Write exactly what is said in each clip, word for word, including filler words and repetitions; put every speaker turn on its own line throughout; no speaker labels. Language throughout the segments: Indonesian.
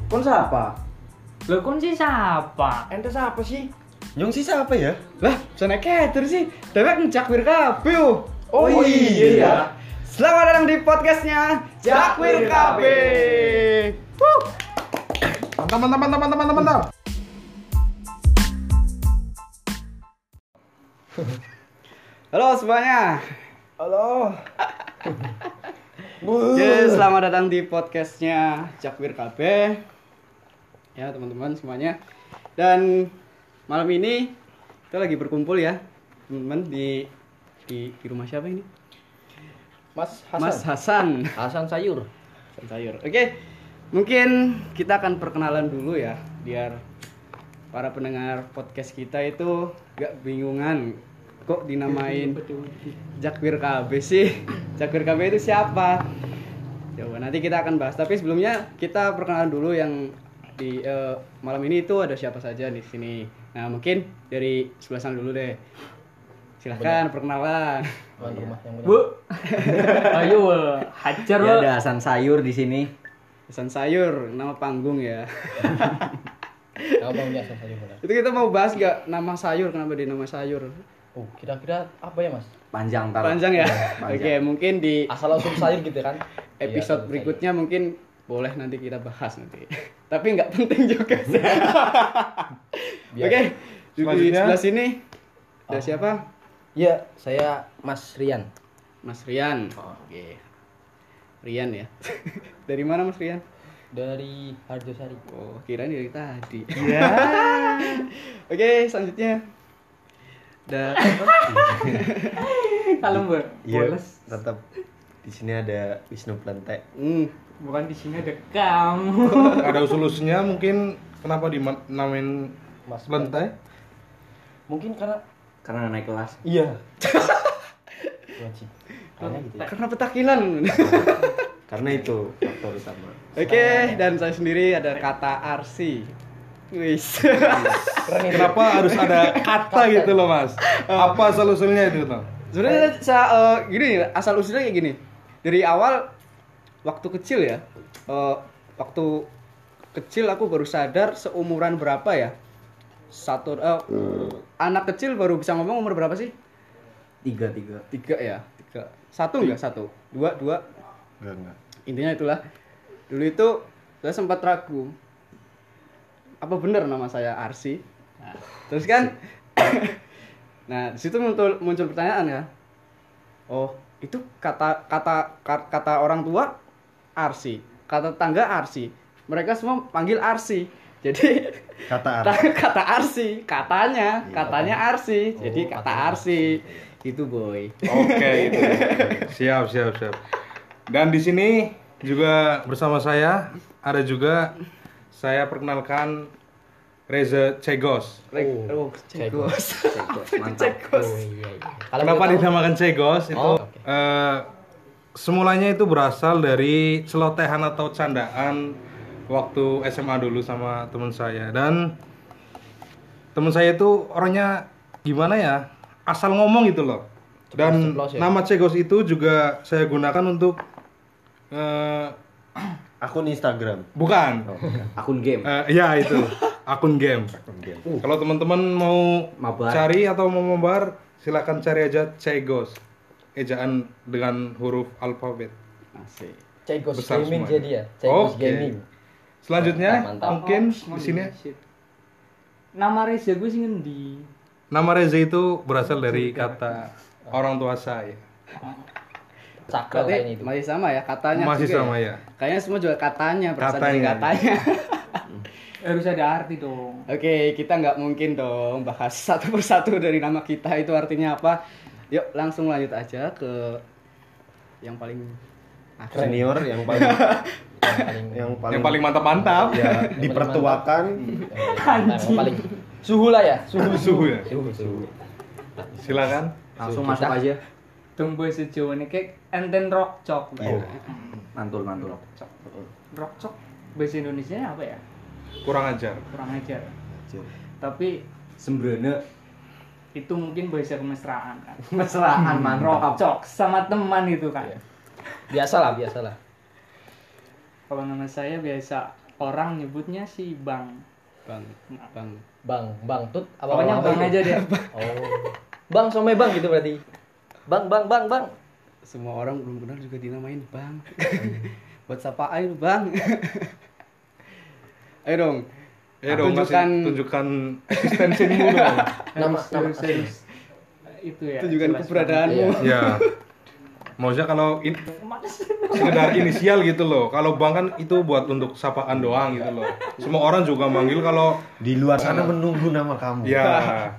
Kon siapa?
Lo kon sih siapa?
Ente siapa sih?
Nyong sih siapa ya?
Lah, sana keter sih. Dewek ngejakwir kabeh yo.
Oh, iya.
Selamat datang di podcastnya Jakwir K B. Wuh.
Mantap, mantap, mantap, mantap, mantap, mantap.
Halo semuanya.
Halo.
Oke, selamat datang di podcastnya Jakwir K B. Ya teman-teman semuanya. Dan malam ini kita lagi berkumpul ya teman-teman di di di rumah siapa ini?
Mas Hasan.
Mas Hasan.
Hasan sayur.
Hasan sayur. Oke, mungkin kita akan perkenalan dulu ya, biar para pendengar podcast kita itu gak bingungan kok dinamain Jakwir K B sih. Jakwir K B itu siapa? Coba nanti kita akan bahas. Tapi sebelumnya kita perkenalan dulu yang di uh, malam ini itu ada siapa saja di sini. Nah mungkin dari sebelah sana dulu deh. Silahkan perkenalan.
Tuan rumah yang punya.
Bu. Ayo, hajar
Ya
lo.
ada Hasan Sayur di sini.
Hasan Sayur, nama panggung ya.
Apa punya Hasan sayur?
Itu kita mau bahas gak nama sayur, kenapa dia nama sayur?
Oh, kira-kira apa ya, Mas?
Panjang tar.
Panjang ya?
Panjang.
Oke, mungkin di
Asal usul sayur gitu kan?
episode
Iya,
berikutnya mungkin boleh nanti kita bahas nanti. Tapi nggak penting juga sih.
Biar-
Oke, di
Selanjutnya.
sebelah sini ada
Oh.
siapa?
Iya, saya Mas Rian.
Mas Rian. Oke. Rian ya. Dari mana Mas Rian?
Dari Harjosari.
Oh, kirain dari tadi.
Iya.
Oke, selanjutnya. Ada
Kalem, Bu.
Iya,
Boles.
tetap di sini ada Wisnu Plente.
hmm,
Bukan di sini ada kamu.
Ada usul-usulnya mungkin kenapa dinamain
Mas
Lentai?
Mungkin karena
Karena naik kelas.
iya. Wajib. Karena gitu ya.
karena petakilan.
Karena itu faktor utama.
Oke, dan saya sendiri ada kata Arsi. Wis.
Keren itu.
Kenapa harus ada kata gitu loh, Mas? Apa asal-usulnya itu, Bang?
Sebenarnya saya eh, gini, asal usulnya kayak gini. Dari awal waktu kecil ya, eh, waktu kecil aku baru sadar seumuran berapa ya? Satu eh, anak kecil baru bisa ngomong umur berapa sih?
Tiga tiga.
Tiga ya, tiga. Satu enggak satu, dua dua.
Enggak, enggak.
Intinya itulah. Dulu itu saya sempat ragu. Apa benar nama saya Arsi? Nah, terus kan, nah di situ muncul muncul pertanyaan ya. Oh, itu kata kata ka- kata orang tua Arsi, kata tetangga Arsi. Mereka semua panggil Arsi. Jadi
Kata
ta- kata Arsi, katanya, katanya Arsi. Jadi
Oh,
kata
katanya
Arsi. Itu boy.
Oke, itu. Siap, siap, siap. Dan di sini juga bersama saya ada juga saya perkenalkan Reza Cegos.
Oh, cegos.
Cegos, mantap.
Cegos.
Oh, iya, iya. Kalau
Kenapa
boleh tahu-
dinamakan Cegos? Itu
Oh, oke.
eh, semulanya itu berasal dari celotehan atau candaan waktu S M A dulu sama teman saya. Dan teman saya itu orangnya gimana ya? Asal ngomong gitu loh. Dan
Ceplos-ceplos ya?
nama Cegos itu juga saya gunakan untuk eh,
Akun Instagram.
bukan.
Akun game.
Eh, ya itu akun game.
Akun game.
Kalau teman-teman mau
Mabar.
cari atau mau mabar, silakan cari aja Cegos. Ejaan dengan huruf alfabet.
Asik.
Cegos
Besar
Gaming
semua.
jadi ya. Cegos
Oke.
Gaming.
Selanjutnya
Mantap, mantap.
mungkin
Oh,
di sini
shit. Nama Reza gue sih ngendi?
nama Reza itu berasal dari kata orang tua saya.
Cakal kayaknya
Berarti
itu.
masih sama ya katanya
Masih
juga
sama ya.
Kayaknya semua juga katanya berasal dari
Katanya.
katanya.
Harus ada arti dong.
Oke, kita nggak mungkin dong bahas satu persatu dari nama kita itu artinya apa. Yuk langsung lanjut aja ke yang paling akhir.
Senior yang paling
Yang paling
yang paling
Yang paling mantap-mantap.
ya dipertuakan.
yang paling suhu lah ya, suhu
Suhu ya.
Suhu, suhu.
Silakan.
Langsung
Kita-
masuk aja.
Dong bahasa Jawa nih kayak enten rock cok.
Oh. Mantul mantul.
Cok. Rock cok bahasa Indonesia apa ya?
Kurang ajar.
Kurang ajar. Tapi
Sembrana.
itu mungkin bahasa kemesraan kan.
Mesraan mantap.
Rocok sama teman itu kan.
Iya. Biasalah, biasalah.
Kalau nama saya biasa orang nyebutnya si Bang.
Bang, Bang.
Bang, Bang Tut apa
Pokoknya
apa
Bang
itu?
aja deh.
Oh. Bang some Bang gitu berarti. Bang, Bang, Bang, Bang.
Semua orang belum kenal juga dinamain Bang. Buat sapaan Bang. Ayo dong.
Ya dong,
tunjukkan
kasih- tunjukkan eksistensimu dong.
Nama
Harus-
nama
harus- harus itu ya.
tunjukkan
jelas
keberadaanmu.
Iya.
Ya. Maksudnya kalau in, sekedar inisial gitu loh. Kalau Bang kan itu buat untuk sapaan doang gitu loh. Semua orang juga manggil kalau
Di luar sana menunggu nama kamu.
ya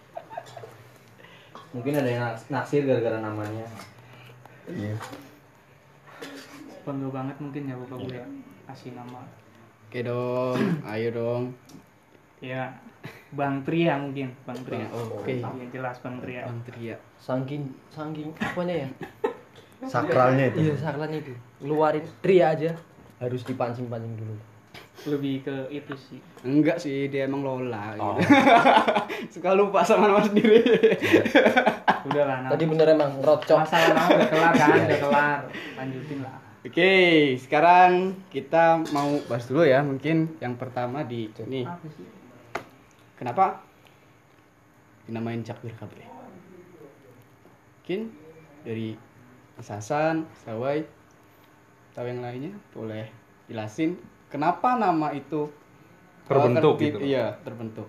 Mungkin ada yang naks- naksir gara-gara namanya.
banget.
Iya.
Bangga banget mungkin ya Bapak gue ya kasih nama.
Oke dong, ayo dong.
Ya, Bang Tria mungkin, Bang Tria.
Oh, oke.
Iya jelas Bang Tria.
Bang Tria.
Saking saking apanya ya?
Sakralnya itu.
Iya, saklan itu. Keluarin tria aja. Harus dipancing-pancing dulu.
Lebih ke itu sih.
Enggak sih, dia emang Lola
Oh.
gitu. Suka lupa sama nama sendiri.
Udah lah.
Tadi bener emang ngerocok.
Masalah nama udah kelar kan, udah kelar. Lanjutin lah.
Oke, sekarang kita mau bahas dulu ya, mungkin yang pertama di nih.
Apa sih?
Kenapa dinamain Cakwir K B? Mungkin dari Mas Hasan, Sawai, atau yang lainnya boleh jelasin kenapa nama itu
terbentuk
oh, ter-
gitu.
Iya, terbentuk.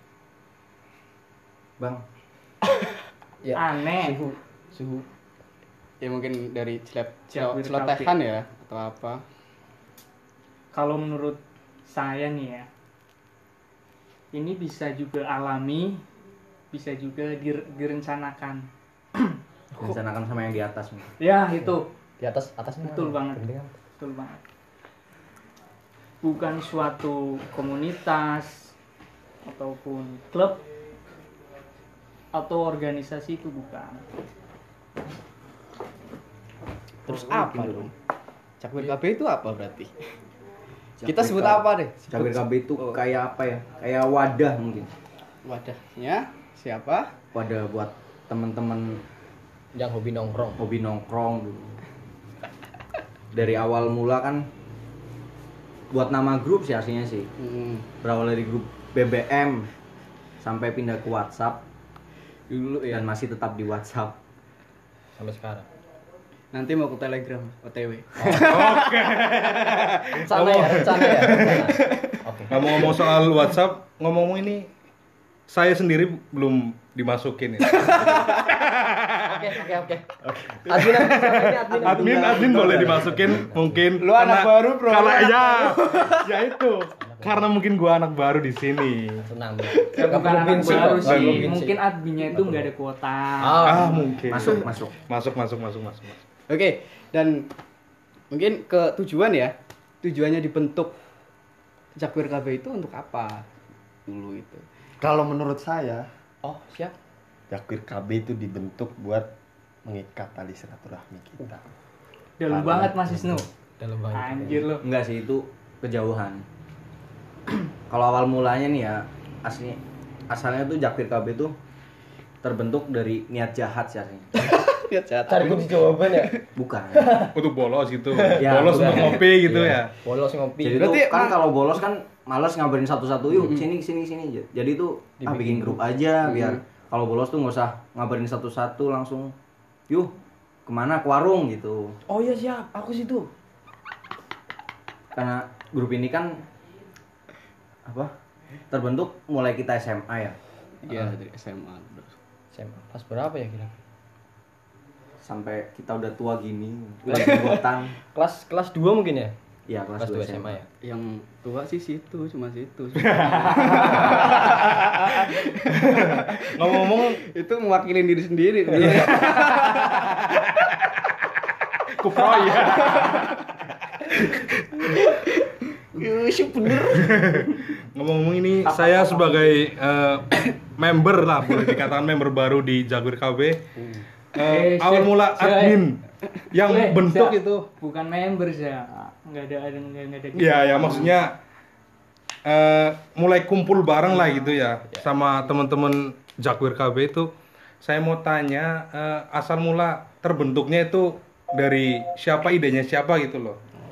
Bang,
Ya.
Aneh.
Suhu suhu
Ya mungkin dari celep
Cakwir
celotehan ya atau apa.
Kalau menurut saya nih ya, ini bisa juga alami, bisa juga dir- direncanakan.
rencanakan sama yang di atas. Bang.
Ya itu,
di atas atasnya.
Betul banget.
Gendeng.
betul banget. Bukan suatu komunitas ataupun klub atau organisasi itu bukan.
Terus
Oh,
apa
gitu.
dong? Cakwir K B itu apa berarti? Kita
Cakwir
sebut
K B.
apa deh?
Cakwir K B itu
Oh,
kayak apa ya? Kayak wadah mungkin.
wadahnya siapa?
Wadah buat teman-teman
Yang hobi nongkrong.
hobi nongkrong dulu. Dari awal mula kan buat nama grup sih aslinya sih.
Hmm,
Berawal dari grup B B M sampai pindah ke WhatsApp
dulu ya.
dan masih tetap di WhatsApp.
Sampai sekarang.
Nanti mau ke Telegram O T W.
Rencana ya, rencana ya. rencana. Oke.
Ngomong-ngomong soal WhatsApp, ngomong-ngomong ini saya sendiri belum dimasukin ya.
Oke, oke, oke. Admin, admin, admin,
Admin, admin boleh dimasukin mungkin.
Lu anak baru, bro.
Karena
Lu anak
ya, ya itu. Karena mungkin gua anak baru di sini.
Tenang.
Ya, bukan anak baru
kok.
sih,
Belum
mungkin adminnya itu nggak ada kuota.
Ah, mungkin.
Masuk, masuk.
Masuk, masuk, masuk, masuk. masuk.
Oke, dan mungkin ke tujuan ya. Tujuannya dibentuk Cakwir K B itu untuk apa? Dulu itu.
Kalau menurut saya,
Oh, siap.
Cakwir K B itu dibentuk buat mengikat tali silaturahmi kita.
Dalam banget Mas Isnu.
Dalam banget.
Anjir lu.
Enggak sih, itu kejauhan. Kalau awal mulanya nih ya, asli asalnya tuh Cakwir K B tuh terbentuk dari niat jahat sih aslinya.
Lihat saya
Cari kunci jawaban ya.
Bukan.
Untuk bolos gitu.
Ya,
bolos
udah.
untuk ngopi gitu ya.
Bolos ngopi.
Jadi
Berarti
tuh kan
emang-
kalau bolos kan males ngabarin satu-satu, yuk sini sini sini. Jadi tuh ah, bikin grup aja biar kalau bolos tuh nggak usah ngabarin satu-satu, langsung yuk kemana, ke warung gitu.
Oh iya siap, aku situ.
Karena grup ini kan apa terbentuk mulai kita S M A ya,
Iya, dari S M A.
Saya pas berapa ya kira?
sampai kita udah tua gini lagi buatan.
Kelas kelas dua mungkin ya?
Iya, kelas
Kelas dua
dua
S M A ya.
Yang tua sih situ, cuma situ.
Ngomong-ngomong,
Itu mewakilin diri sendiri.
kupro ya.
Iya, bener.
Ngomong-ngomong ini saya sebagai eh, member lah, boleh dikatakan member baru di Cakwir K B. Eh,
Eh,
awal
Syed,
mula
Syed.
admin yang
Eh,
bentuk
Syed.
itu.
Bukan member ya. Nggak ada ada nggak nggak ada. gitu.
Iya, ya maksudnya eh, mulai kumpul bareng lah gitu ya sama teman-teman Cakwir K B itu. Saya mau tanya eh, asal mula terbentuknya itu dari siapa, idenya siapa gitu loh.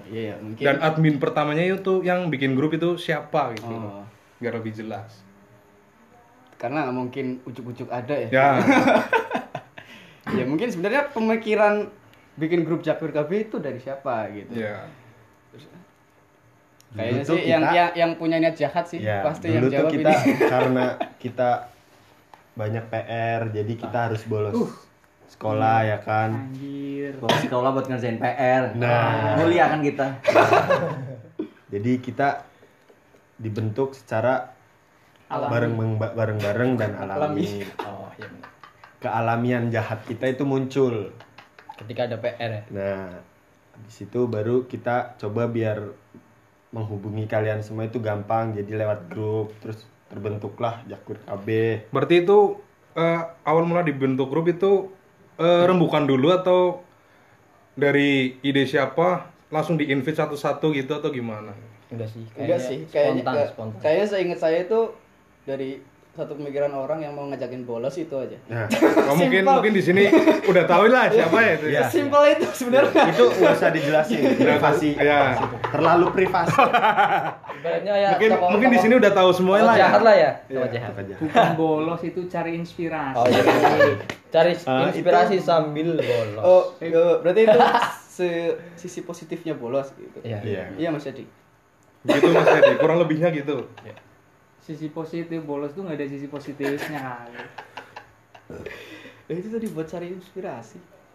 iya ya, mungkin.
Dan admin pertamanya itu yang bikin grup itu siapa gitu.
Oh.
Biar lebih jelas.
Karena nggak mungkin ujuk-ujuk ada ya.
Ya.
Ya mungkin sebenarnya pemikiran bikin grup Jakwir K B itu dari siapa gitu.
Ya.
Kayaknya
Dulu tuh
sih yang,
kita-
yang yang punya niat jahat sih
Ya,
pasti yang
dulu tuh
jawab
kita
ini.
karena kita banyak P R, jadi kita harus bolos sekolah ya kan.
Anjir.
Kalau sekolah buat ngerjain P R.
Nah.
Mulia kan kita.
Jadi kita dibentuk secara
Alami.
bareng bareng-bareng dan alami.
Oh, iya benar.
Kealamian jahat kita itu muncul.
Ketika ada P R ya.
Nah, di situ baru kita coba biar menghubungi kalian semua itu gampang, jadi lewat grup, terus terbentuklah Jakwir K B.
Berarti itu eh, awal mula dibentuk grup itu eh, rembukan dulu atau dari ide siapa langsung di-invite satu-satu gitu atau gimana?
Enggak sih.
Enggak sih, kayaknya
spontan,
kayak-
spontan.
kayaknya seingat saya itu dari satu pemikiran orang yang mau ngajakin bolos itu aja.
Nah,
Oh, mungkin
Simpel.
mungkin di sini udah tahu lah siapa ya itu.
Iya.
Simpel itu sebenarnya.
itu nggak usah dijelasin, privasi.
Ya.
Terlalu privasi.
Ibaratnya ya
Mungkin
tokoh-
mungkin di
tokoh-
sini udah tahu semuanya
tokoh
lah ya.
jahat lah ya. Tokoh jahat.
Apa aja.
Bukan bolos itu cari inspirasi.
Oh iya. Cari
Ah,
inspirasi sambil bolos.
Oh, eh, berarti itu se- sisi positifnya bolos gitu.
Iya.
Iya.
Iya Mas Adi.
Gitu Mas Edi, kurang lebihnya gitu.
Sisi positif bolos tuh nggak ada sisi positifnya kali.
Eh, itu tadi buat cari inspirasi.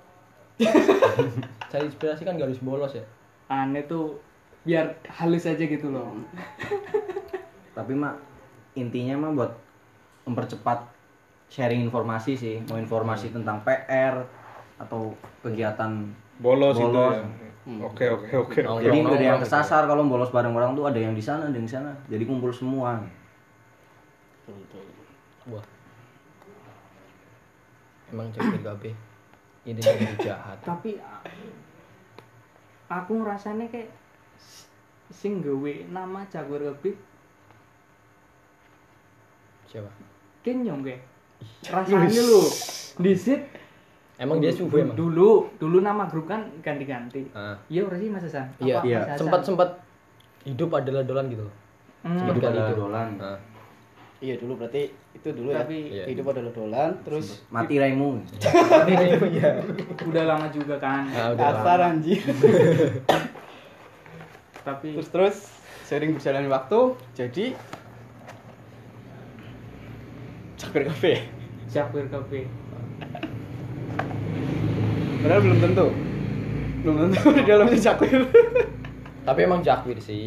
Cari inspirasi kan gak harus bolos ya.
Aneh tuh biar halus aja gitu loh.
Tapi mak intinya mah buat mempercepat sharing informasi sih. Mau informasi tentang P R atau kegiatan
Bolos, itu
Bolos.
ya. Oke oke oke.
Oh,
Jadi nggak ada yang
nongkrong
kesasar kalau bolos bareng-bareng tuh ada yang di sana, ada yang di sana. Jadi kumpul semua.
Wah. Emang Jakwir K B ini jadi jahat.
Tapi a- aku ngerasanya kayak s- sing gawe nama Jakwir K B
Siapa?
kenyong kayak. Rasanya lu disit
Emang dia suhu emang.
dulu dulu nama grup kan ganti-ganti.
Ah.
Iya udah sih Mas Hasan.
Iya,
Apa,
iya.
Mas Hasan?
sempat sempat hidup adalah dolan gitu.
Hmm,
Sempat
Hidup
kali
adalah
itu.
dolan.
Nah,
Iya dulu berarti itu dulu ya.
Tapi
Iya.
Hidup adalah dolan, terus
Mati raimu.
udah lama juga kan.
nah, udah
kasar
lama.
anjing.
Tapi
Terus terus sering berjalan waktu jadi Jakwir K B.
Jakwir K B.
Padahal belum tentu. Belum tentu di dalamnya Jakwir.
Tapi emang Jakwir sih.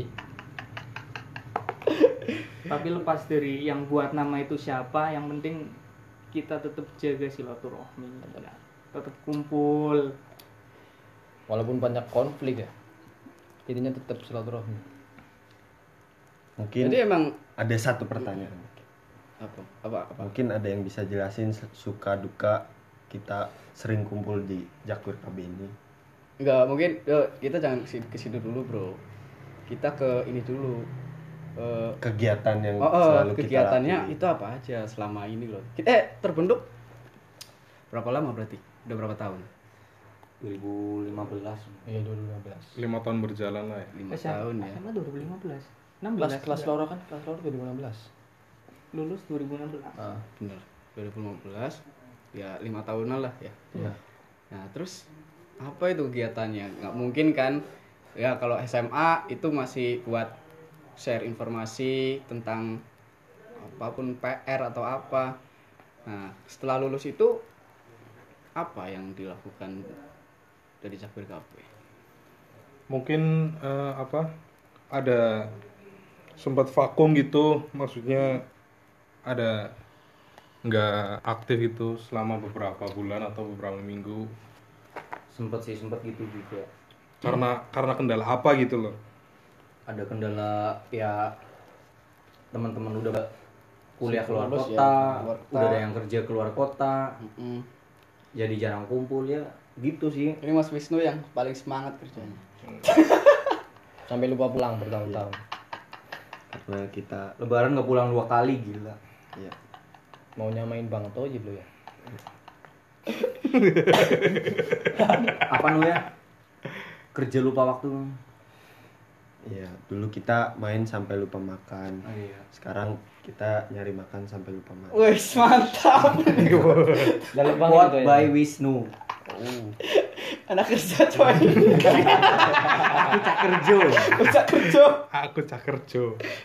Tapi lepas dari yang buat nama itu siapa, yang penting kita tetap jaga silaturahmi, ya. Tetap kumpul.
Walaupun banyak konflik ya. Intinya tetap silaturahmi.
Mungkin
Jadi emang
ada satu pertanyaan.
apa? Apa apa?
Mungkin ada yang bisa jelasin suka duka kita sering kumpul di Jakwir K B ini.
Enggak, mungkin eh, kita jangan ke ke situ dulu, Bro. Kita ke ini dulu. Eh,
Kegiatan yang
oh, oh,
selalu
kegiatannya
kita lakuin.
itu apa aja selama ini loh. Kita eh terbentuk berapa lama berarti? Udah berapa tahun?
dua ribu lima belas.
Iya dua ribu lima belas.
Lima tahun berjalan lah ya.
lima
S M A
tahun ya.
S M A dua ribu lima belas. enam
Kelas
belas.
kelas loro kan kelas loro dua ribu enam belas.
Lulus dua ribu enam belas.
Ah,
Bener. dua ribu lima belas ya lima tahunan lah ya.
iya.
Nah, terus apa itu kegiatannya? Nggak mungkin kan ya kalau S M A itu masih buat share informasi tentang apapun P R atau apa. Nah, setelah lulus itu apa yang dilakukan dari Jakwir K B?
Mungkin eh, apa? Ada sempat vakum gitu, maksudnya ada nggak aktif itu selama beberapa bulan atau beberapa minggu
Sempet sih, sempet gitu juga.
karena karena kendala apa gitu loh.
Ada kendala ya teman-teman udah kuliah keluar
Lulus
kota,
ya, keluar kota.
udah ada yang kerja keluar kota,
Mm-mm.
jadi jarang kumpul ya gitu sih.
Ini Mas Wisnu yang paling semangat kerjanya.
Sampai lupa pulang bertahun-tahun.
Karena kita
Lebaran nggak pulang dua kali, gila.
ya
Mau nyamain Bang Toji belum ya?
Apa nu ya? Kerja lupa waktu.
Iya, dulu kita main sampai lupa makan.
Oh, iya.
Sekarang kita nyari makan sampai lupa makan.
Wih, mantap.
Dalam banget
Quote
itu ya.
by Wisnu.
Anak kerja coy.
Aku cak kerja.
Kerja kerja.
Aku cakerjo.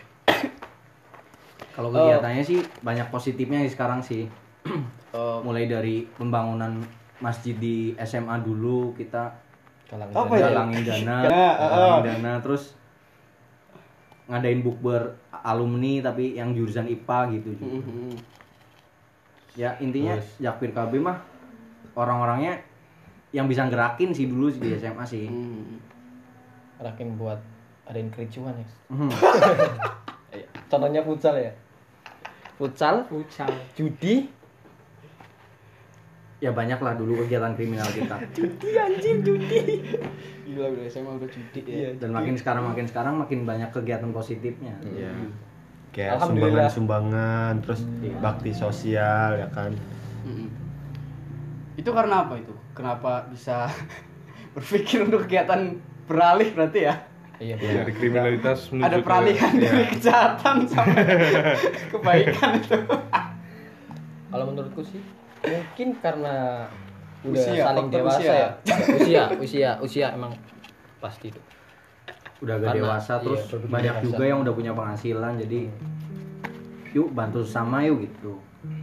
Kalau kegiatannya sih banyak positifnya sih sekarang sih.
Oh,
Mulai dari pembangunan masjid di S M A dulu kita
Galang
Apa
dana.
ya?
galangin dana,
Ya,
galangin dana terus ngadain bukber alumni tapi yang jurusan I P A gitu juga.
mhm.
Ya intinya
Terus.
Jakpir K B mah orang-orangnya yang bisa gerakin sih dulu di S M A sih.
Mhm.
Rakin buat adain kericuan ya.
Mhm.
Contohnya futsal ya. Futsal,
Futsal.
judi,
Ya banyak lah dulu kegiatan kriminal kita.
Gila udah S M A udah judi ya.
Dan makin sekarang makin sekarang makin banyak kegiatan positifnya.
Iya. Kayak
Alhamdulillah.
sumbangan-sumbangan, terus bakti sosial ya kan.
Mhm. Itu karena apa itu? Kenapa bisa berpikir untuk kegiatan beralih berarti ya?
iya
Dari kriminalitas menuju
Ada
ke-
peralihan
Iya.
dari kejahatan sampai kebaikan itu.
Kalau menurutku sih mungkin karena udah
Usia,
saling
faktor
dewasa
usia.
ya. usia, usia, usia emang pasti itu.
Udah agak
Karena,
dewasa
iya,
terus
udah
banyak
dewasa.
juga yang udah punya penghasilan jadi yuk bantu sama yuk gitu.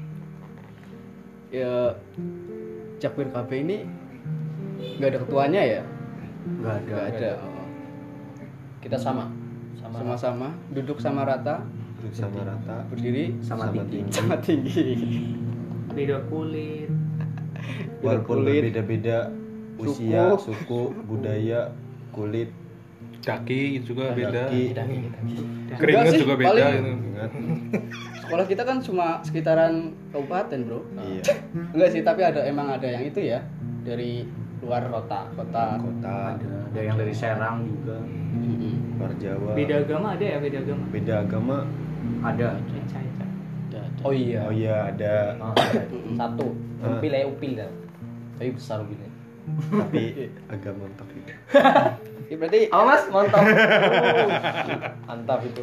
Ya Jakpir K B ini nggak ada ketuanya ya?
Enggak ada.
Nggak ada. Oh.
Kita sama, sama.
Sama-sama duduk sama rata,
Duduk sama rata,
berdiri
Sama tinggi.
sama tinggi.
Beda kulit.
walaupun
kulit,
berbeda-beda usia, suku, budaya, kulit,
Daki juga beda.
kaki.
Enggak
Keringat
sih,
juga beda.
paling-
gitu.
Ingat?
Sekolah kita kan cuma sekitaran kabupaten, Bro.
Iya.
Enggak sih, tapi ada emang ada yang itu ya dari luar kota, kota.
Kota,
Ada, ada yang dari Serang juga.
Mm-mm.
luar Jawa.
Beda agama ada ya beda agama.
Beda agama.
Ada.
Eca, eca.
Ada, ada.
Oh iya.
Oh iya ada.
Ah, satu. Upil ya upil ya. Tapi besar upilnya.
Tapi agak mantap gitu.
Ya, berarti
Oh mas, mantap. Oh, mantap itu.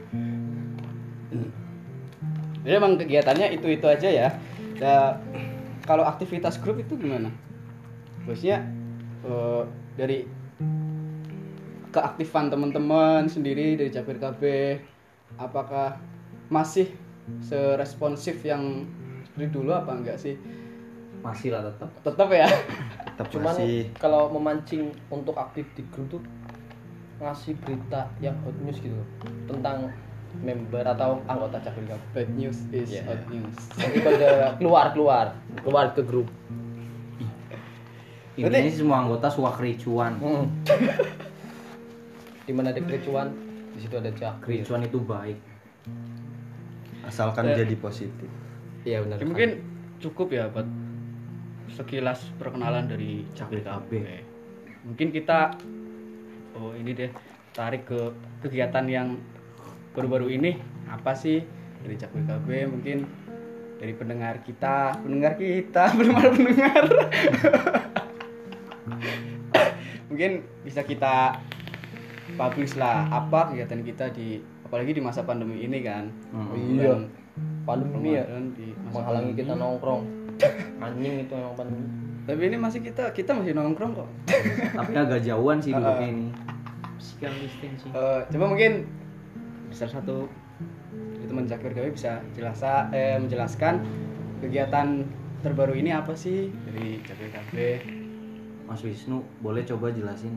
jadi emang kegiatannya itu-itu aja ya. Da, kalau aktivitas grup itu gimana? Bosnya eh, dari keaktifan teman-teman sendiri dari Jakpir K B, apakah masih seresponsif yang seperti dulu apa enggak sih?
Masih lah tetap.
Tetap ya.
Tetap
Cuman
masih
kalau memancing untuk aktif di grup tuh ngasih berita yang hot news gitu tentang member atau anggota Jakpir K B.
Bad news is
Yeah.
hot news.
Nanti pada keluar keluar keluar ke grup.
Intinya sih semua anggota suka kericuan.
Hmm. Di mana ada kericuan, di situ ada Jakpir.
Kericuan itu baik.
asalkan
Ya.
jadi positif.
Iya benar.
Ya, mungkin cukup ya buat sekilas perkenalan dari Jakpir K B. Mungkin kita oh ini deh tarik ke kegiatan yang baru-baru ini apa sih dari Jakpir K B, mungkin dari pendengar kita, pendengar kita belum ada pendengar. Mungkin bisa kita publish lah apa kegiatan kita di apalagi di masa pandemi ini kan.
Hmm.
Iya.
Bulan
Pandemi ya
Ramadan di masa
menghalangi
pandemi.
kita nongkrong. Anjing itu emang pandemi.
Tapi ini masih kita kita masih nongkrong kok.
Tapi agak jauhan sih duduknya ini.
Physical distancing.
Eh, coba mungkin salah satu dari teman Jakpir K B bisa jelasa, eh, menjelaskan kegiatan terbaru ini apa sih dari Jakpir K B.
Mas Wisnu, boleh coba jelasin?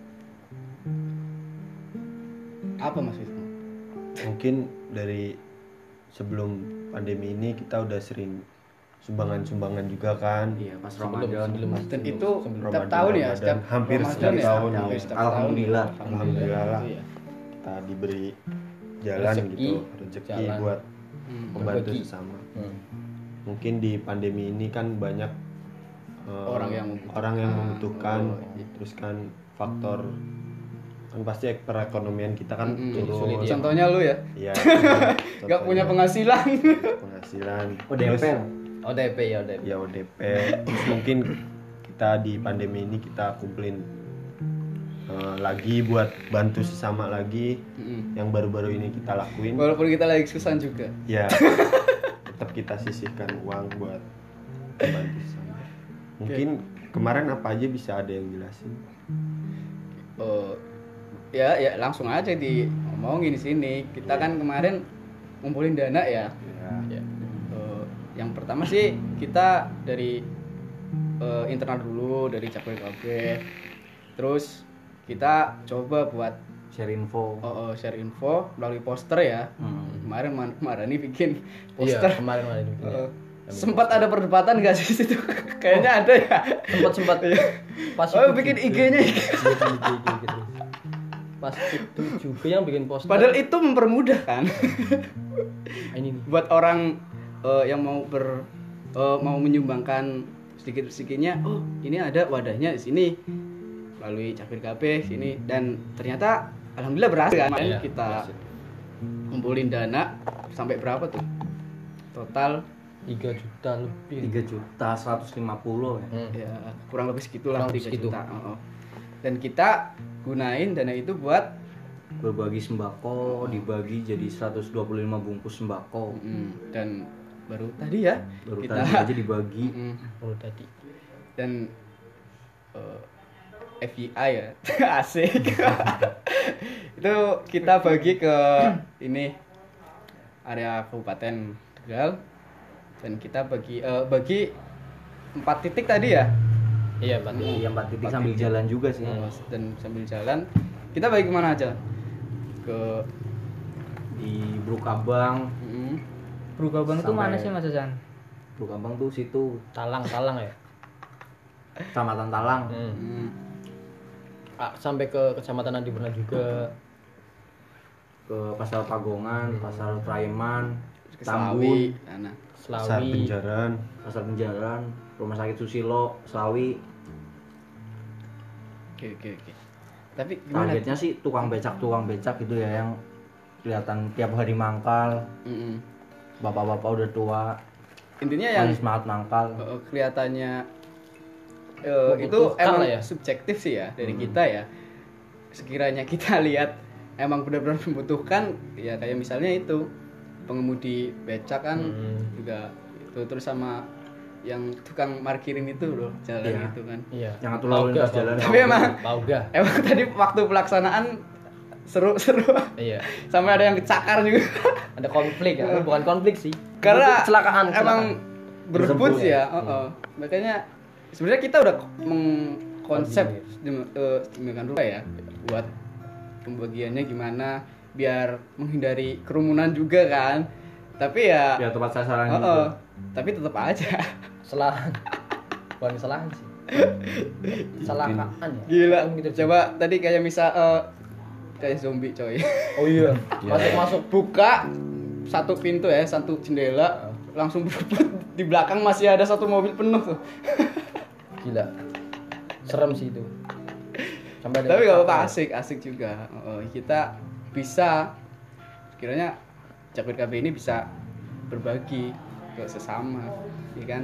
Apa Mas Wisnu?
Mungkin dari sebelum pandemi ini kita udah sering sumbangan-sumbangan juga kan.
Iya, pas
Sebelum
Ramadan.
sebelum
Dan itu
sebelum
setiap
Ramadan,
tahun ya,
Ramadan.
setiap
Hampir
Ramadan
setiap
ya?
tahun,
Hampir
iya.
setiap
Alhamdulillah.
tahun.
Alhamdulillah lah.
Iya.
Kita diberi jalan
Rezeki.
gitu, rezeki
Jalan.
buat
Hmm.
membantu
Berbagi.
sesama.
Hmm.
Mungkin di pandemi ini kan banyak eh,
Orang yang membutuhkan.
orang yang membutuhkan,
Oh, iya.
terus kan faktor kan pasti perekonomian kita kan
Mm-mm.
turun.
Sulit ya.
Contohnya lu ya,
Iya.
nggak punya penghasilan.
penghasilan.
O D P.
Terus,
O D P ya O D P.
ya O D P. Terus mungkin kita di pandemi ini kita kumpulin eh, lagi buat bantu sesama lagi.
Mm-mm.
Yang baru-baru ini kita lakuin.
Walaupun kita lagi susah juga.
Ya, tetap kita sisihkan uang buat bantu sesama. Mungkin kemarin apa aja bisa ada yang jelasin.
Oh, ya ya langsung aja diomongin di sini. Kita kan kemarin ngumpulin dana ya.
Ya.
Ya. Eh, yang pertama sih kita dari eh, internal dulu dari Cakwe K B. Terus kita coba buat
Share info.
oh, oh, share info melalui poster ya.
Hmm.
Kemarin Man- Marani bikin
Iya,
poster.
kemarin kemarin.
Eh, sempat ada perdebatan gak sih situ? Kayaknya ada ya.
Sempat sempat pas
Oh,
itu
bikin
juga.
I G-nya.
Bikin I G gitu. Pas itu juga yang bikin poster.
Padahal itu mempermudah kan.
Ah, ini nih.
Buat orang eh, yang mau ber eh, mau menyumbangkan sedikit-sedikitnya, oh ini ada wadahnya di sini melalui Cakir K B sini, dan ternyata alhamdulillah berhasil kan.
Iya,
Kita
berhasil.
kumpulin dana sampai berapa tuh total
tiga juta lebih.
tiga juta seratus lima puluh ya.
Hmm.
ya kurang lebih segitulah,
Kurang lebih
tiga
segitu.
juta. Oh, oh. Dan kita gunain dana itu buat
Berbagi sembako dibagi jadi seratus dua puluh lima bungkus sembako.
mm, dan baru tadi ya
Baru
kita
tadi aja dibagi.
mm,
Oh tadi.
dan eh, F Y I ya asik itu kita bagi ke ini area Kabupaten Tegal, dan kita bagi eh, bagi empat titik tadi ya.
Iya, Pak.
Iya, empat titik sambil jalan juga sih.
Oh, dan sambil jalan kita bagi kemana aja ke
Di Brukabang.
mm,
Brugabang itu
Sampai-
mana sih Mas Hasan?
Brukabang tuh situ
Talang, Talang ya.
Kecamatan Talang.
Hmm.
mm,
Ah, sampai ke kecamatan Andi pernah juga.
Ke Pasar Pagongan, Pasar Traeman,
ke
Tambun,
Slawi sana.
Pasar
Selawi.
Penjaran.
Pasar Penjaran, Rumah Sakit Susilo, Slawi.
Oke oke oke. Tapi gimana?
Targetnya sih tukang becak tukang becak gitu ya, yang kelihatan tiap hari mangkal.
Mm-mm.
Bapak-bapak udah tua,
Intinya yang
masih semangat mangkal.
eh, kelihatannya eh, itu
Membutuhkan
emang
lah ya.
subjektif sih ya dari kita ya. Sekiranya kita lihat emang benar-benar membutuhkan, ya kayak misalnya itu pengemudi becak kan
Hmm.
juga itu, terus sama yang tukang parkirin itu loh jalan
Iya.
itu kan.
Iya.
Yang atur lalu lintas jalan.
Tapi emang
Pauga.
emang tadi waktu pelaksanaan seru-seru
Iya.
sampai ada yang kecakar juga.
Ada konflik ya, bukan konflik sih.
Karena
kecelakaan,
emang
kecelakaan.
berebut
Bersembunyi.
sih ya. Oh, oh. Makanya sebenarnya kita udah mengkonsep eh, sedemikian rupa ya buat pembagiannya gimana biar menghindari kerumunan juga kan. Tapi ya
Ya tepat sasaran
oh,
juga.
oh. Tapi tetap aja.
Kesalahan. Bukan kesalahan sih. Kecelakaan ya.
Gila.
Gitu.
Coba tadi kayak misal eh, kayak zombie coy.
Oh iya. Masuk-masuk.
Buka satu pintu ya, satu jendela, langsung berebut di belakang masih ada satu mobil penuh tuh.
Gila. Serem sih itu. Sampai ada
Tapi gak apa-apa,
kecelakaan.
asik, asik juga. Oh, kita bisa, kiranya Cakir K B ini bisa berbagi ke sesama, ya kan?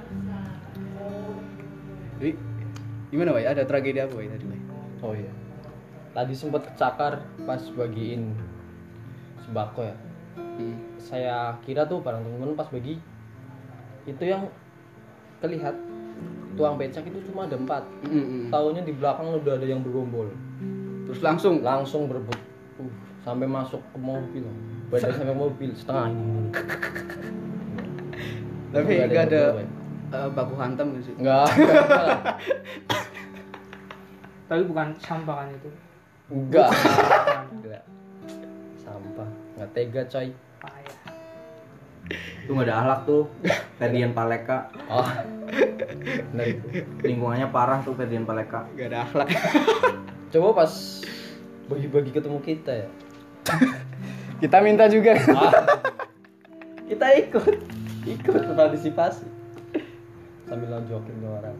Jadi gimana Wai? Ada tragedi apa Wai tadi Wai?
Oh iya. Tadi sempat kecakar pas bagiin sembako ya.
Hmm.
Saya kira tuh barang temen pas bagi itu yang terlihat tuang becak itu cuma ada empat.
Mm, mm, mm.
Taunya di belakang udah ada yang bergombol.
Terus langsung
Langsung berebut. Uh, sampai masuk ke mobil. Badan sampai mobil setengah ini.
tapi
Nggak ada
gak
yang
ada
bergombol,
eh, baku hantam gitu sih.
Enggak. Enggak.
Tapi bukan sampah kan itu.
Enggak. Enggak. Sampah. Enggak tega coy.
Payah.
Itu nggak ada akhlak tuh. Ferdian Paleka.
Oh. Benar itu.
Lingkungannya parah tuh Ferdian Paleka.
Gak ada akhlak.
Coba pas bagi-bagi ketemu kita ya.
Kita minta juga.
Ah. Kita ikut. Ikut berpartisipasi. Sambil nonjokin ke orang.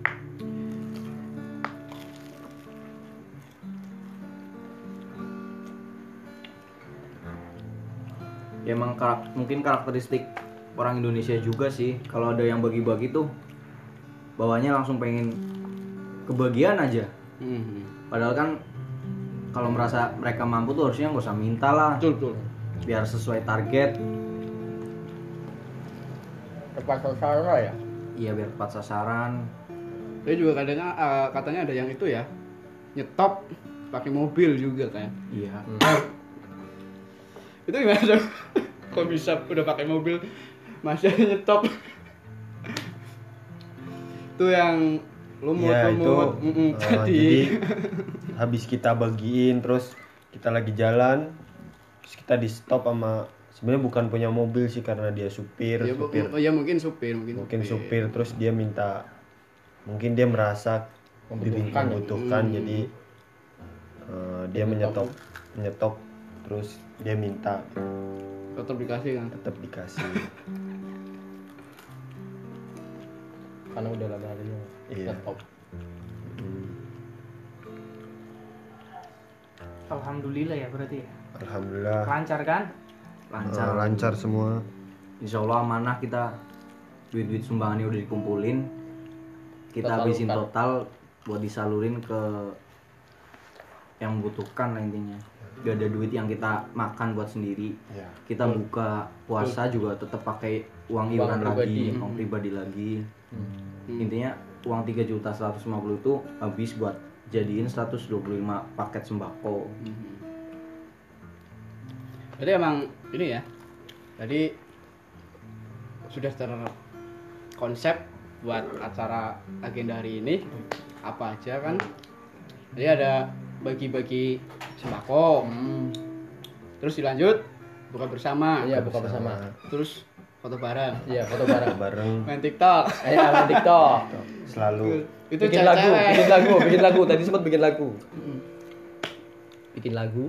Ya emang karak- mungkin karakteristik orang Indonesia juga sih. Kalau ada yang bagi-bagi tuh bawahnya langsung pengen kebagian aja.
Hmm.
Padahal kan kalau merasa mereka mampu tuh harusnya nggak usah minta lah,
Betul betul.
biar sesuai target.
Tepat sasaran ya.
Iya, biar tepat sasaran.
Tapi juga kadangnya eh, katanya ada yang itu ya, nyetop pakai mobil juga kan.
Iya.
Itu gimana dong? Kok bisa udah pakai mobil masih nyetop? Itu yang lumut
Ya itu
lumut. Mm-mm,
eh,
jadi,
jadi habis kita bagiin terus kita lagi jalan terus kita di stop sama sebenarnya bukan punya mobil sih karena dia supir
ya, bu-
supir
oh, ya mungkin supir mungkin,
mungkin supir terus dia minta mungkin dia merasa diri
Membutuhkan.
membutuhkan
Hmm.
jadi eh, dia menyetop menyetop terus dia minta
tetap dikasih kan.
tetap dikasih.
Karena udah lama harinya.
Iya.
Stop.
Alhamdulillah ya berarti ya.
Alhamdulillah
Lancar kan?
Lancar.
eh, lancar semua.
Insya Allah amanah kita, duit-duit sumbangannya udah dikumpulin, kita
Total
habisin
kan.
total buat disalurin ke yang membutuhkan lah intinya. Gak ada duit yang kita makan buat sendiri.
Ya.
Kita buka puasa juga tetap pakai uang iuran
pribadi.
lagi, uang pribadi lagi.
Hmm.
Intinya uang tiga juta seratus lima puluh itu habis buat jadiin seratus dua puluh lima paket sembako.
Mhm. Jadi emang ini ya. Jadi sudah terkonsep buat acara agenda hari ini apa aja kan. Jadi ada bagi-bagi sembako. Terus dilanjut buka bersama.
Iya, buka bersama.
Terus foto bareng.
Iya, foto bareng.
Bareng
Main TikTok.
Ayo main TikTok.
selalu
Itu
Bikin lagu,
cewek-cewek.
bikin lagu, bikin lagu. Tadi sempat bikin lagu. Bikin lagu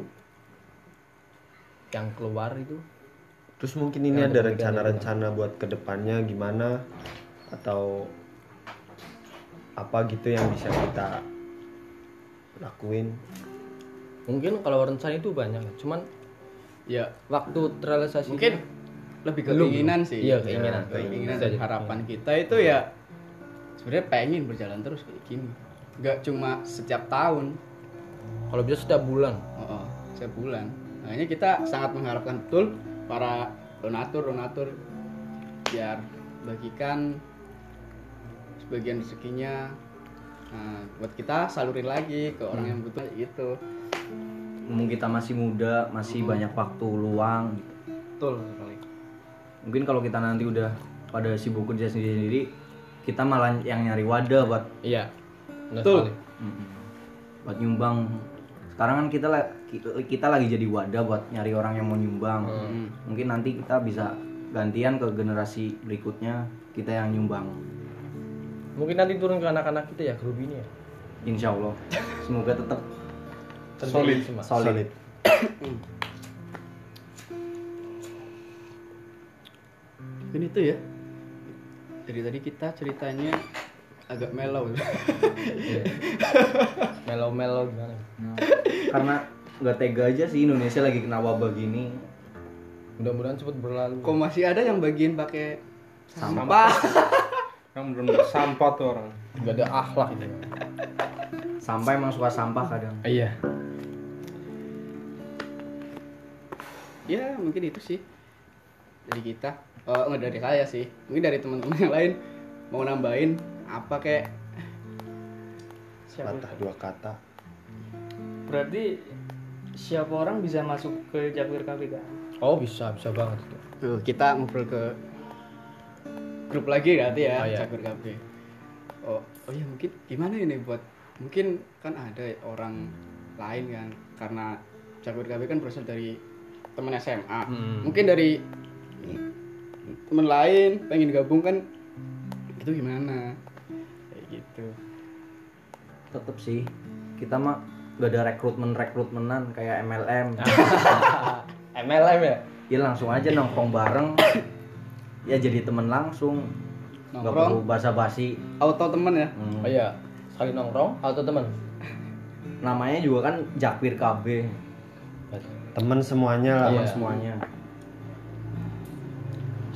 yang keluar itu.
terus mungkin ini
Ya,
ada
untuk
rencana-rencana buat kedepannya gimana atau apa gitu yang bisa kita lakuin.
Mungkin kalau rencana itu banyak, cuman
Ya,
waktu terrealisasi
mungkin lebih
Belum,
keinginan
belum.
sih.
Iya, keinginan.
Keinginan
Bisa
dan
jadi.
harapan kita itu ya sebenarnya pengen berjalan terus kayak gini. Nggak cuma setiap tahun,
kalau bisa setiap bulan.
oh, oh, setiap bulan. Makanya kita sangat mengharapkan betul para donatur-donatur biar bagikan sebagian rezekinya, nah, buat kita salurin lagi ke orang yang butuh gitu.
Mumpung kita masih muda, masih banyak waktu luang.
Betul sekali.
Mungkin kalau kita nanti udah pada sibuk kerja sendiri-sendiri, kita malah yang nyari wadah buat
Iya. Benar
Betul.
sekali.
mm, buat nyumbang. Sekarang kan kita la- kita, kita lagi jadi wadah buat nyari orang yang mau nyumbang.
Hmm.
Mungkin nanti kita bisa gantian ke generasi berikutnya, kita yang nyumbang.
Mungkin nanti turun ke anak-anak kita ya, grup ini ya.
Insya Allah. Semoga tetap
Solid semua.
solid.
Mungkin itu ya. Dari tadi kita ceritanya agak mellow.
Iya. Melo-melo gimana?
Karena nggak tega aja sih Indonesia lagi kena wabah gini.
Mudah-mudahan cepat berlalu.
Kok masih ada yang bagiin pakai
Sampah.
sampah?
Yang bener-bener sampah tuh orang.
Gak ada akhlak itu.
Sampah emang suka sampah kadang.
Iya.
Ya mungkin itu sih dari kita. Oh, nggak dari saya sih. Mungkin dari teman-teman yang lain mau nambahin apa kayak
Siapa?
Patah dua kata.
Berarti siapa orang bisa masuk ke Jakwir Cafe kan?
Oh bisa, bisa banget itu.
tuh kita ngobrol ke grup lagi berarti ya,
Oh, iya.
Jakwir Cafe. Oh, oh ya mungkin gimana ini buat mungkin kan ada orang lain kan karena Jakwir Cafe kan berasal dari teman S M A.
Hmm.
Mungkin dari teman lain pengen gabung kan itu gimana? Kayak gitu.
Tetep sih kita mah gak ada rekrutmen rekrutmenan kayak M L M.
M L M ya?
Ya langsung aja nongkrong bareng. Ya jadi temen langsung. Gak
Nongkrong
perlu basa-basi.
auto temen ya.
Hmm.
Oh iya, sekali nongkrong atau teman?
Namanya juga kan Jakwir K B.
Temen semuanya lah.
Teman
Iya.
semuanya.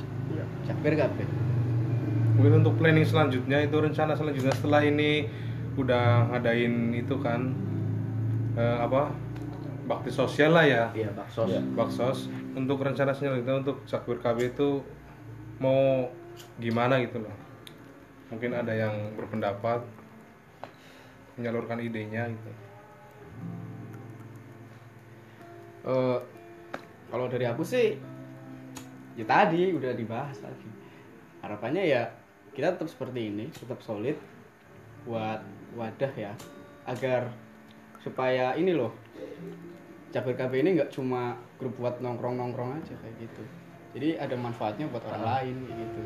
Jakwir Cafe.
Mungkin untuk planning selanjutnya itu rencana selanjutnya setelah ini udah ngadain itu kan eh, apa bakti sosial lah ya,
Iya, baksos.
baksos. Untuk rencana selanjutnya untuk Cakwir K B itu mau gimana gitu loh. Mungkin ada yang berpendapat menyalurkan idenya gitu.
Eh, kalau dari aku sih ya tadi udah dibahas tadi. Harapannya ya kita tetap seperti ini, tetap solid buat wadah ya, agar supaya ini loh Cakwir K B ini nggak cuma grup buat nongkrong-nongkrong aja kayak gitu. Jadi ada manfaatnya buat orang lain kayak gitu.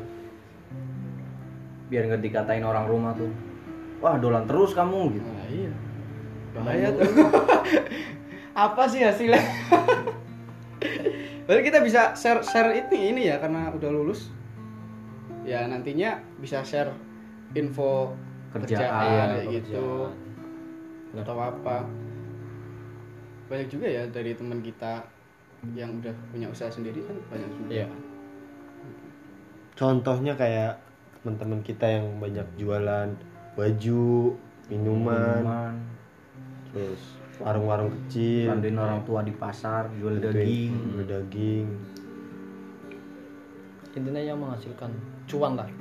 Biar nggak dikatain orang rumah tuh. Wah, dolan terus kamu gitu.
Nah, iya. Bahaya tuh. Apa sih hasilnya? Berarti kita bisa share share ini ini ya karena udah lulus. Ya nantinya bisa share info
Kerjaan,
kerjaan,
iya,
kayak gitu. Atau apa. Banyak juga ya dari teman kita yang udah punya usaha sendiri kan banyak juga.
Iya.
Contohnya kayak teman-teman kita yang banyak jualan baju, minuman,
Minuman,
terus warung-warung kecil,
bantuin orang tua di pasar, jual daging.
jual daging.
Intinya yang menghasilkan cuan lah.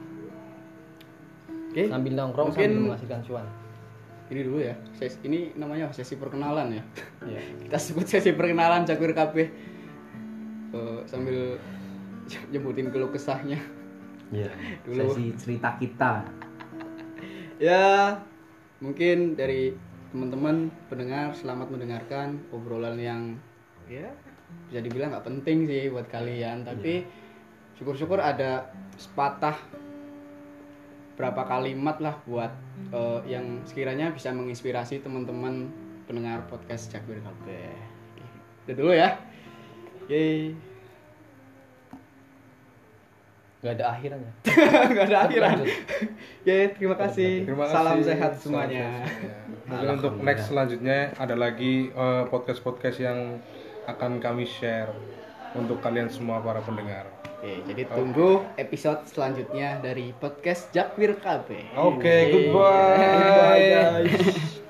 Oke.
Sambil nongkrong
Mungkin-
sambil menghasilkan cuan.
Ini dulu ya. Ses- ini namanya sesi perkenalan ya.
Iya.
Kita sebut sesi perkenalan Cakwir K B. Eh, sambil nyebutin keluh kesahnya
Iya.
dulu.
Sesi cerita kita.
Ya, mungkin dari teman-teman pendengar selamat mendengarkan obrolan yang ya bisa dibilang nggak penting sih buat kalian, tapi syukur-syukur ada sepatah berapa kalimat lah buat eh, yang sekiranya bisa menginspirasi teman-teman pendengar podcast Cakwir K B. Udah dulu ya. Oke.
Nggak ada akhirannya.
Nggak ada akhiran.
Lanjut.
Oke, terima kasih.
Terima kasih.
Salam sehat
Salam
semuanya.
sehat. Ya. Mungkin untuk next selanjutnya ada lagi eh, podcast-podcast yang akan kami share untuk kalian semua para pendengar.
Oke, jadi tunggu episode selanjutnya dari podcast Cakwir K B.
Oke, goodbye.
Bye guys.